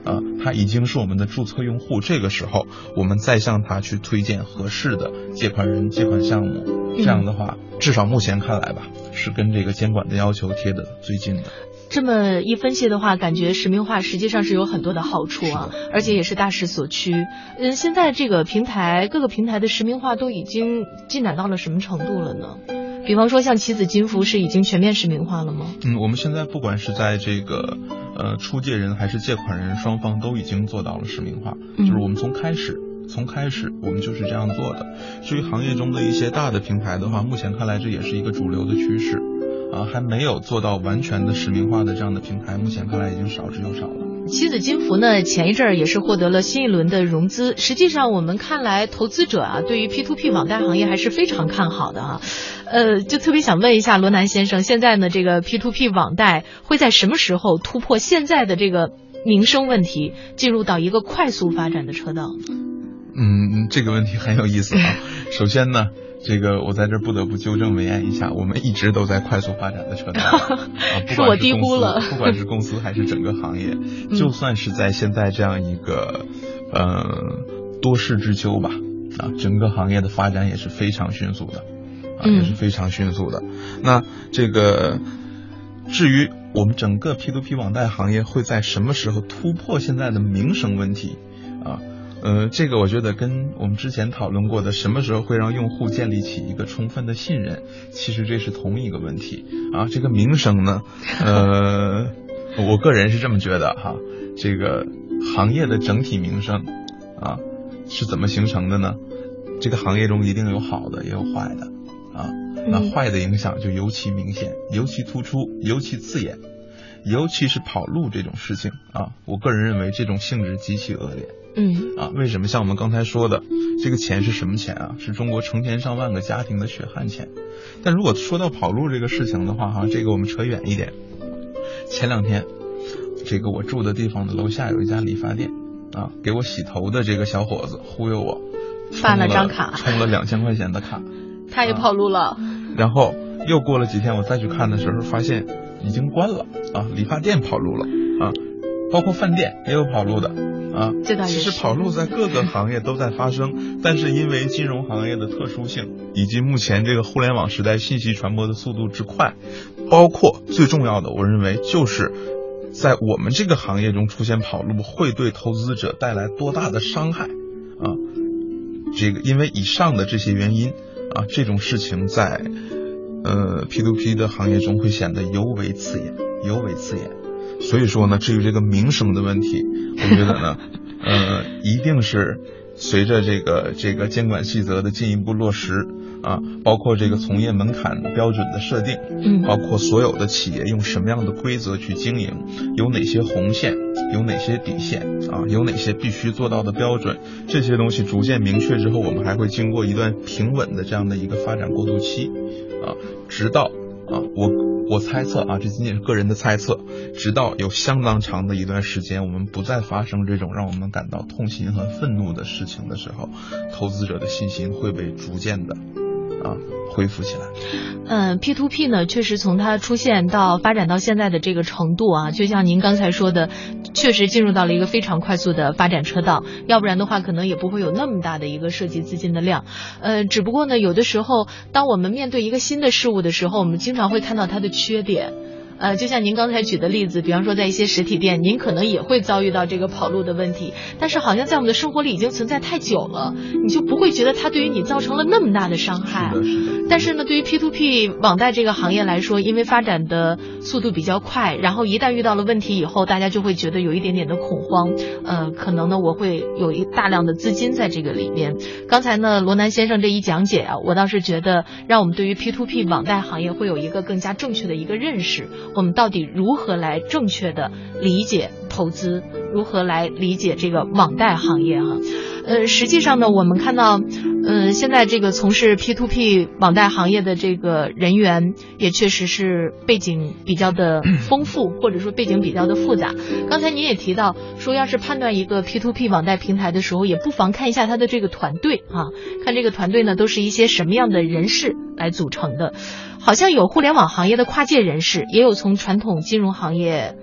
啊，他已经是我们的注册用户，这个时候我们再向他去推荐合适的借款人、借款项目，这样的话，至少目前看来吧，是跟这个监管的要求贴的最近的。 这么一分析的话，感觉实名化实际上是有很多的好处啊，而且也是大势所趋。嗯，现在这个平台各个平台的实名化都已经进展到了什么程度了呢？比方说像棋子金服是已经全面实名化了吗？ 嗯，我们现在不管是在这个呃出借人还是借款人双方都已经做到了实名化，嗯、就是我们从开始从开始我们就是这样做的。至于行业中的一些大的平台的话，目前看来这也是一个主流的趋势啊，还没有做到完全的实名化的这样的平台，目前看来已经少之又少了。 棋子金服呢，前一阵儿也是获得了新一轮的融资。实际上，我们看来，投资者啊，对于 P to P 网贷行业还是非常看好的啊。呃，就特别想问一下罗南先生，现在呢，这个 P to P 网贷会在什么时候突破现在的这个民生问题，进入到一个快速发展的车道？ 嗯，这个问题很有意思啊。首先呢，这个我在这儿不得不纠正文彦一下，我们一直都在快速发展的车道啊， 是我低估了。 不管是公司还是整个行业，就算是在现在这样一个呃多事之秋吧，啊，整个行业的发展也是非常迅速的，啊，也是非常迅速的。那这个至于我们整个 P to P 网贷行业会在什么时候突破现在的民生问题啊？呃，这个我觉得跟我们之前讨论过的什么时候会让用户建立起一个充分的信任，其实这是同一个问题啊。这个民生呢，呃，我个人是这么觉得哈，这个行业的整体民生啊是怎么形成的呢？这个行业中一定有好的也有坏的啊，那坏的影响就尤其明显、尤其突出、尤其刺眼，尤其是跑路这种事情啊，我个人认为这种性质极其恶劣。 嗯啊，为什么？像我们刚才说的，这个钱是什么钱啊？是中国成千上万个家庭的血汗钱。但如果说到跑路这个事情的话，哈，这个我们扯远一点。前两天，这个我住的地方的楼下有一家理发店啊，给我洗头的这个小伙子忽悠我， 办了张卡， 充了两千块钱的卡， 他也跑路了。 啊、然后又过了几天，我再去看的时候，发现已经关了啊，理发店跑路了啊，包括饭店也有跑路的。啊，其实跑路在各个行业都在发生，但是因为金融行业的特殊性，以及目前这个互联网时代信息传播的速度之快，包括最重要的，我认为就是在我们这个行业中出现跑路会对投资者带来多大的伤害啊！这个因为以上的这些原因啊，这种事情在呃 P to P 的行业中会显得尤为刺眼，尤为刺眼。所以说呢，至于这个民生的问题，我觉得呢，呃，一定是随着这个这个监管细则的进一步落实啊，包括这个从业门槛标准的设定， 嗯， 包括所有的企业用什么样的规则去经营，有哪些红线，有哪些底线啊，有哪些必须做到的标准，这些东西逐渐明确之后，我们还会经过一段平稳的这样的一个发展过渡期啊，直到啊我。我猜测啊，这仅仅是个人的猜测，直到有相当长的一段时间，我们不再发生这种让我们感到痛心和愤怒的事情的时候，投资者的信心会被逐渐的啊恢复起来。 嗯 ，P to P 呢，确实从它出现到发展到现在的这个程度啊，就像您刚才说的，确实进入到了一个非常快速的发展车道，要不然的话，可能也不会有那么大的一个涉及资金的量。呃，只不过呢，有的时候，当我们面对一个新的事物的时候，我们经常会看到它的缺点。呃，就像您刚才举的例子，比方说在一些实体店，您可能也会遭遇到这个跑路的问题，但是好像在我们的生活里已经存在太久了，你就不会觉得它对于你造成了那么大的伤害。 是的，是的。 但是呢，对于 P to P 网贷这个行业来说，因为发展的速度比较快，然后一旦遇到了问题以后，大家就会觉得有一点点的恐慌。呃，可能呢，我会有一大量的资金在这个里面。刚才呢，罗南先生这一讲解啊，我倒是觉得让我们对于 P to P 网贷行业会有一个更加正确的一个认识。我们到底如何来正确的理解投资，如何来理解这个网贷行业哈？呃，实际上呢，我们看到，呃，现在这个从事 P to P 网贷行业的这个人员，也确实是背景比较的丰富，或者说背景比较的复杂。刚才您也提到说，要是判断一个 P to P 网贷平台的时候，也不妨看一下它的这个团队啊，看这个团队呢都是一些什么样的人士来组成的。好像有互联网行业的跨界人士，也有从传统金融行业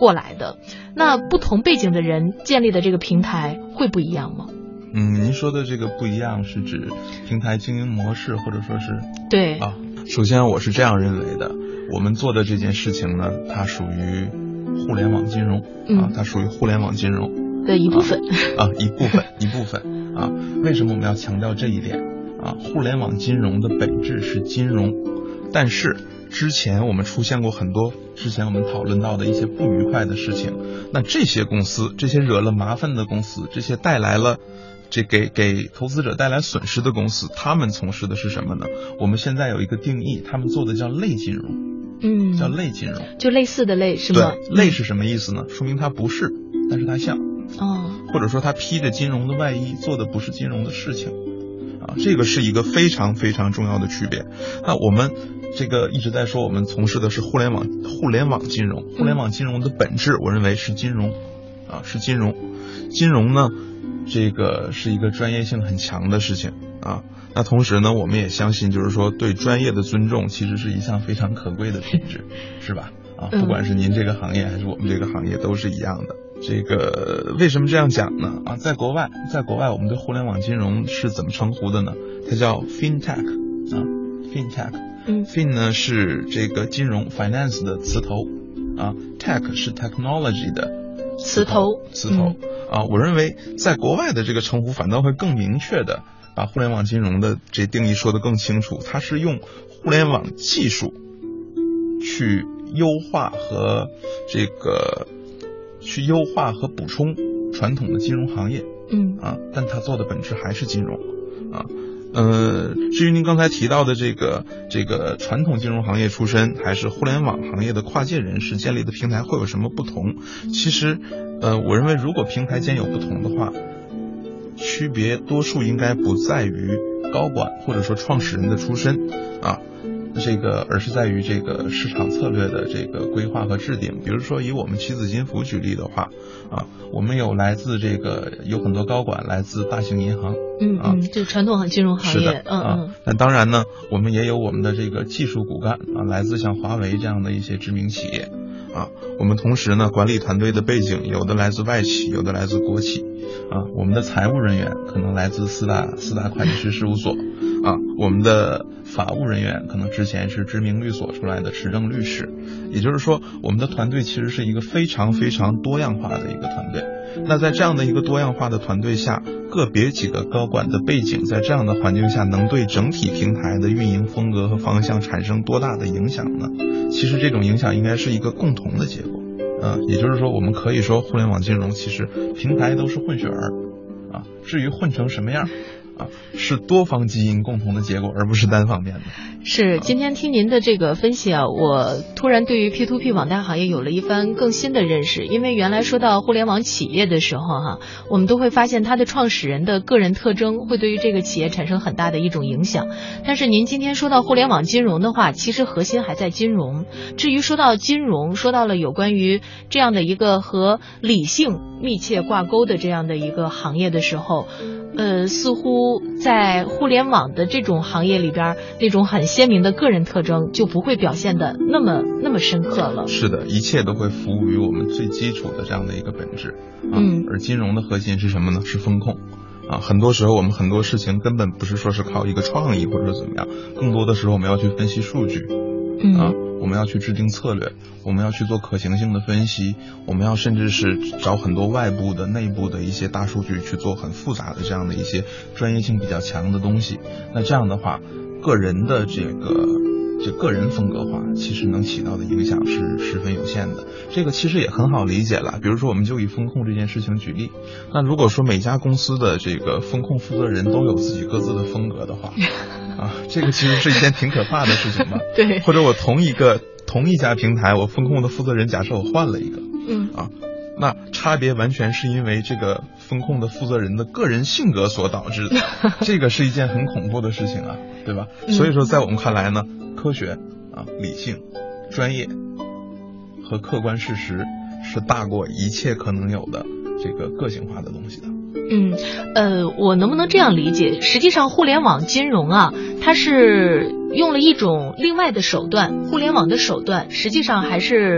过来的。那不同背景的人建立的这个平台会不一样吗？ 嗯，您说的这个不一样是指平台经营模式，或者说是对啊。首先我是这样认为的，我们做的这件事情呢，它属于互联网金融啊， 嗯、 它属于互联网金融的一部分啊, 啊，一部分一部分啊。为什么我们要强调这一点啊？互联网金融的本质是金融，但是之前我们出现过很多之前我们讨论到的一些不愉快的事情，那这些公司，这些惹了麻烦的公司，这些带来了这给给投资者带来损失的公司，他们从事的是什么呢？我们现在有一个定义，他们做的叫类金融， 嗯， 叫类金融， 就类似的类是吗？ 对，类是什么意思呢？说明它不是，但是它像， 哦， 或者说它披着金融的外衣，做的不是金融的事情，啊，这个是一个非常非常重要的区别。那我们这个一直在说，我们从事的是互联网互联网金融，互联网金融的本质，我认为是金融，啊，是金融，金融呢。这个是一个专业性很强的事情啊，那同时呢，我们也相信，就是说对专业的尊重，其实是一项非常可贵的品质，是吧？啊，不管是您这个行业还是我们这个行业，都是一样的。这个为什么这样讲呢？啊，在国外，在国外，我们对互联网金融是怎么称呼的呢？它叫 fintech 啊 ，fintech， 嗯 ，fin 呢是这个金融 finance 的词头啊 ，tech 是 technology 的词头， 词头。 嗯啊，我认为在国外的这个称呼反倒会更明确的把互联网金融的这定义说得更清楚，它是用互联网技术去优化和这个去优化和补充传统的金融行业， 嗯啊，但它做的本质还是金融，啊。呃，至于您刚才提到的这个这个传统金融行业出身还是互联网行业的跨界人士建立的平台会有什么不同？其实，呃，我认为如果平台间有不同的话，区别多数应该不在于高管或者说创始人的出身啊，这个而是在于这个市场策略的这个规划和制定。比如说以我们棋子金服举例的话啊，我们有来自这个有很多高管来自大型银行。 嗯嗯，就传统金融行业， 是的， 嗯嗯。 那当然呢，我们也有我们的这个技术骨干啊，来自像华为这样的一些知名企业啊。我们同时呢，管理团队的背景有的来自外企，有的来自国企啊。我们的财务人员可能来自四大四大会计师事务所啊。我们的法务人员可能之前是知名律所出来的持证律师。也就是说，我们的团队其实是一个非常非常多样化的一个团队。那在这样的一个多样化的团队下，个别几个高管的背景在这样的环境下能对整体平台的运营风格和方向产生多大的影响呢？其实这种影响应该是一个共同的结果，呃，也就是说我们可以说互联网金融其实平台都是混血儿啊，至于混成什么样啊，是多方基因共同的结果，而不是单方面的。 是，今天听您的这个分析啊，我突然对于 P to P 网贷行业有了一番更新的认识。因为原来说到互联网企业的时候哈，我们都会发现它的创始人的个人特征会对于这个企业产生很大的一种影响。但是您今天说到互联网金融的话，其实核心还在金融。至于说到金融，说到了有关于这样的一个和理性密切挂钩的这样的一个行业的时候，呃，似乎在互联网的这种行业里边，那种很鲜明的个人特征就不会表现的那么那么深刻了。 是的，一切都会服务于我们最基础的这样的一个本质啊。 嗯， 而金融的核心是什么呢？是风控啊。很多时候我们很多事情根本不是说是靠一个创意或者怎么样，更多的时候我们要去分析数据， 嗯啊，我们要去制定策略，我们要去做可行性的分析，我们要甚至是找很多外部的、内部的一些大数据去做很复杂的这样的一些专业性比较强的东西。那这样的话，个人的这个这个人风格化其实能起到的影响是十分有限的。这个其实也很好理解了，比如说我们就以风控这件事情举例，那如果说每家公司的这个风控负责人都有自己各自的风格的话啊，这个其实是一件挺可怕的事情吧。 对， 或者我同一个同一家平台，我风控的负责人假设我换了一个， 嗯啊，那差别完全是因为这个风控的负责人的个人性格所导致的，这个是一件很恐怖的事情啊，对吧？ 嗯、 所以说在我们看来呢，科学啊、理性、专业和客观事实是大过一切可能有的这个个性化的东西的。 嗯，呃，我能不能这样理解？实际上，互联网金融啊，它是用了一种另外的手段，互联网的手段，实际上还是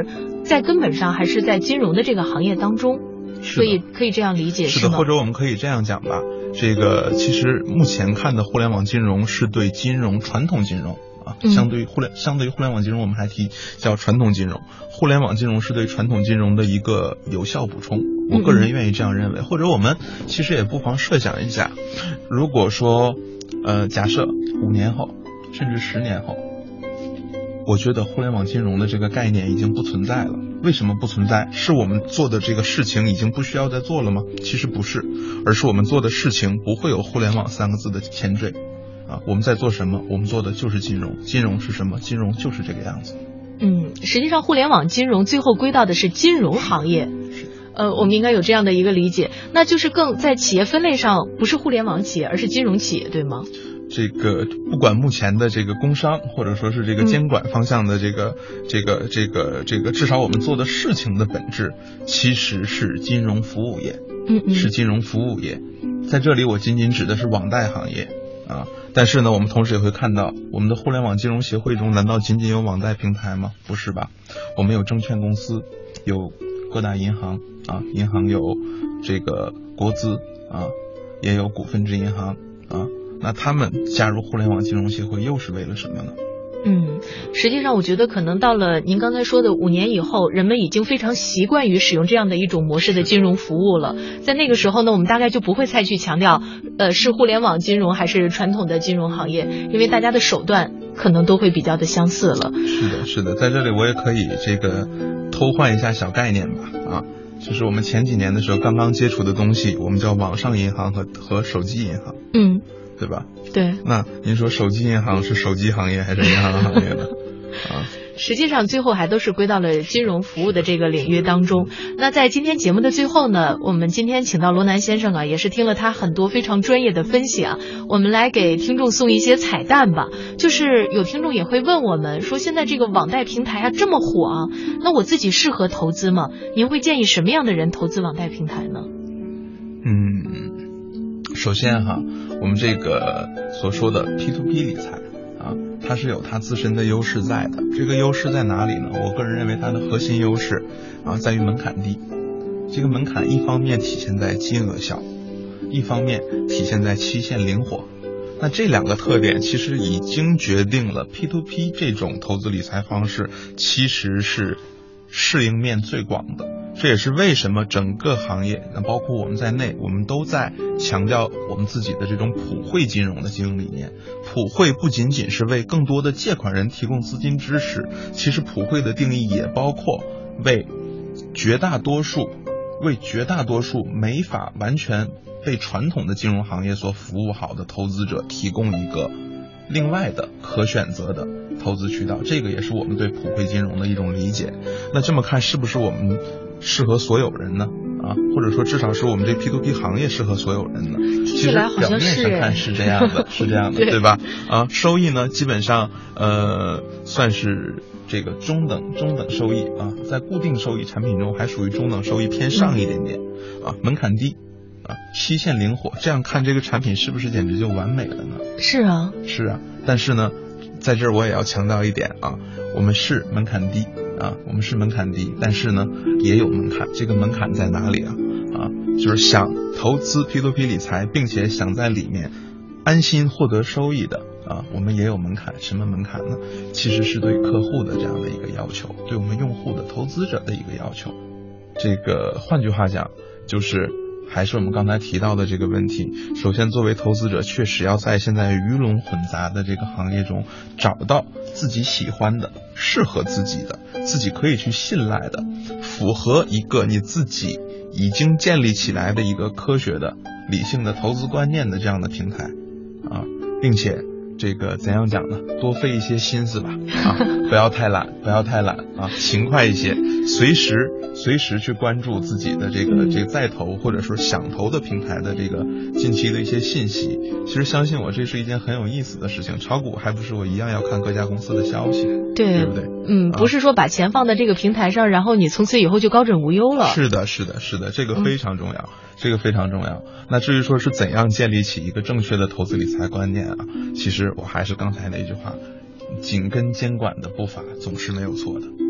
在根本上还是在金融的这个行业当中，所以可以这样理解是的， 是吗？ 或者我们可以这样讲吧，这个其实目前看的互联网金融是对金融传统金融啊，相对于互联相对于互联网金融，我们还提叫传统金融。互联网金融是对传统金融的一个有效补充，我个人愿意这样认为。或者我们其实也不妨设想一下，如果说呃假设五年后甚至十年后，我觉得互联网金融的这个概念已经不存在了。为什么不存在？是我们做的这个事情已经不需要再做了吗？其实不是，而是我们做的事情不会有互联网三个字的前缀啊。我们在做什么？我们做的就是金融。金融是什么？金融就是这个样子。 嗯，实际上互联网金融最后归到的是金融行业。呃，我们应该有这样的一个理解，那就是更在企业分类上不是互联网企业，而是金融企业，对吗？ 这个不管目前的这个工商或者说是这个监管方向的这个、嗯、这个这个这个，至少我们做的事情的本质其实是金融服务业， 嗯嗯， 是金融服务业。在这里我仅仅指的是网贷行业啊，但是呢，我们同时也会看到，我们的互联网金融协会中难道仅仅有网贷平台吗？不是吧？我们有证券公司，有各大银行啊，银行有这个国资啊，也有股份制银行啊。那他们加入互联网金融协会又是为了什么呢？ 嗯，实际上我觉得可能到了您刚才说的五年以后，人们已经非常习惯于使用这样的一种模式的金融服务了。在那个时候呢，我们大概就不会再去强调，呃，是互联网金融还是传统的金融行业，因为大家的手段可能都会比较的相似了。 是的，是的，在这里我也可以这个偷换一下小概念吧，啊。就是我们前几年的时候刚刚接触的东西，我们叫网上银行和和手机银行， 嗯， 对吧？ 对。 那您说手机银行是手机行业还是银行行业呢？啊， 实际上最后还都是归到了金融服务的这个领域当中。那在今天节目的最后呢，我们今天请到罗南先生啊，也是听了他很多非常专业的分析啊，我们来给听众送一些彩蛋吧。就是有听众也会问我们说，现在这个网贷平台啊这么火啊，那我自己适合投资吗？您会建议什么样的人投资网贷平台呢？ 嗯，首先哈，我们这个所说的 P to P 理财啊，它是有它自身的优势在的。这个优势在哪里呢？我个人认为它的核心优势啊在于门槛低。这个门槛一方面体现在金额小，一方面体现在期限灵活。那这两个特点其实已经决定了 P to P 这种投资理财方式其实是适应面最广的。这也是为什么整个行业，那包括我们在内，我们都在强调我们自己的这种普惠金融的经营理念。普惠不仅仅是为更多的借款人提供资金支持，其实普惠的定义也包括为绝大多数为绝大多数没法完全被传统的金融行业所服务好的投资者提供一个另外的可选择的投资渠道。这个也是我们对普惠金融的一种理解。那这么看，是不是我们适合所有人呢？啊，或者说至少是我们这 P to P 行业适合所有人呢？其实表面上看是这样的，是这样的，对, 对吧？啊，收益呢，基本上呃算是这个中等中等收益啊，在固定收益产品中还属于中等收益偏上一点点啊，门槛低啊，期限灵活。这样看这个产品是不是简直就完美了呢？ 是啊，是啊。但是呢，在这儿我也要强调一点啊，我们是门槛低啊，我们是门槛低，但是呢也有门槛。这个门槛在哪里啊？啊，就是想投资 P to P 理财，并且想在里面安心获得收益的啊，我们也有门槛。什么门槛呢？其实是对客户的这样的一个要求，对我们用户的投资者的一个要求。这个换句话讲，就是还是我们刚才提到的这个问题。首先，作为投资者，确实要在现在鱼龙混杂的这个行业中，找到自己喜欢的、适合自己的、自己可以去信赖的、符合一个你自己已经建立起来的一个科学的、理性的投资观念的这样的平台啊，并且这个怎样讲呢？多费一些心思吧，啊，不要太懒，不要太懒啊，勤快一些，随时随时去关注自己的这个这个在投或者说想投的平台的这个近期的一些信息。其实相信我，这是一件很有意思的事情。炒股还不是我一样要看各家公司的消息， 对， 对不对？ 嗯，不是说把钱放在这个平台上，然后你从此以后就高枕无忧了。 是的，是的，是的，这个非常重要，嗯、这个非常重要。那至于说是怎样建立起一个正确的投资理财观念啊，其实我还是刚才那句话，紧跟监管的步伐总是没有错的。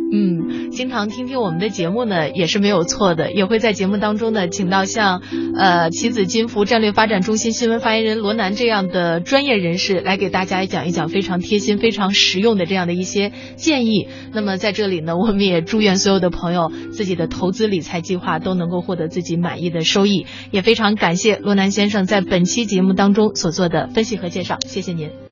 嗯，经常听听我们的节目呢，也是没有错的，也会在节目当中呢，请到像呃棋子金服战略发展中心新闻发言人罗楠这样的专业人士来给大家讲一讲非常贴心、非常实用的这样的一些建议。那么在这里呢，我们也祝愿所有的朋友自己的投资理财计划都能够获得自己满意的收益，也非常感谢罗楠先生在本期节目当中所做的分析和介绍，谢谢您。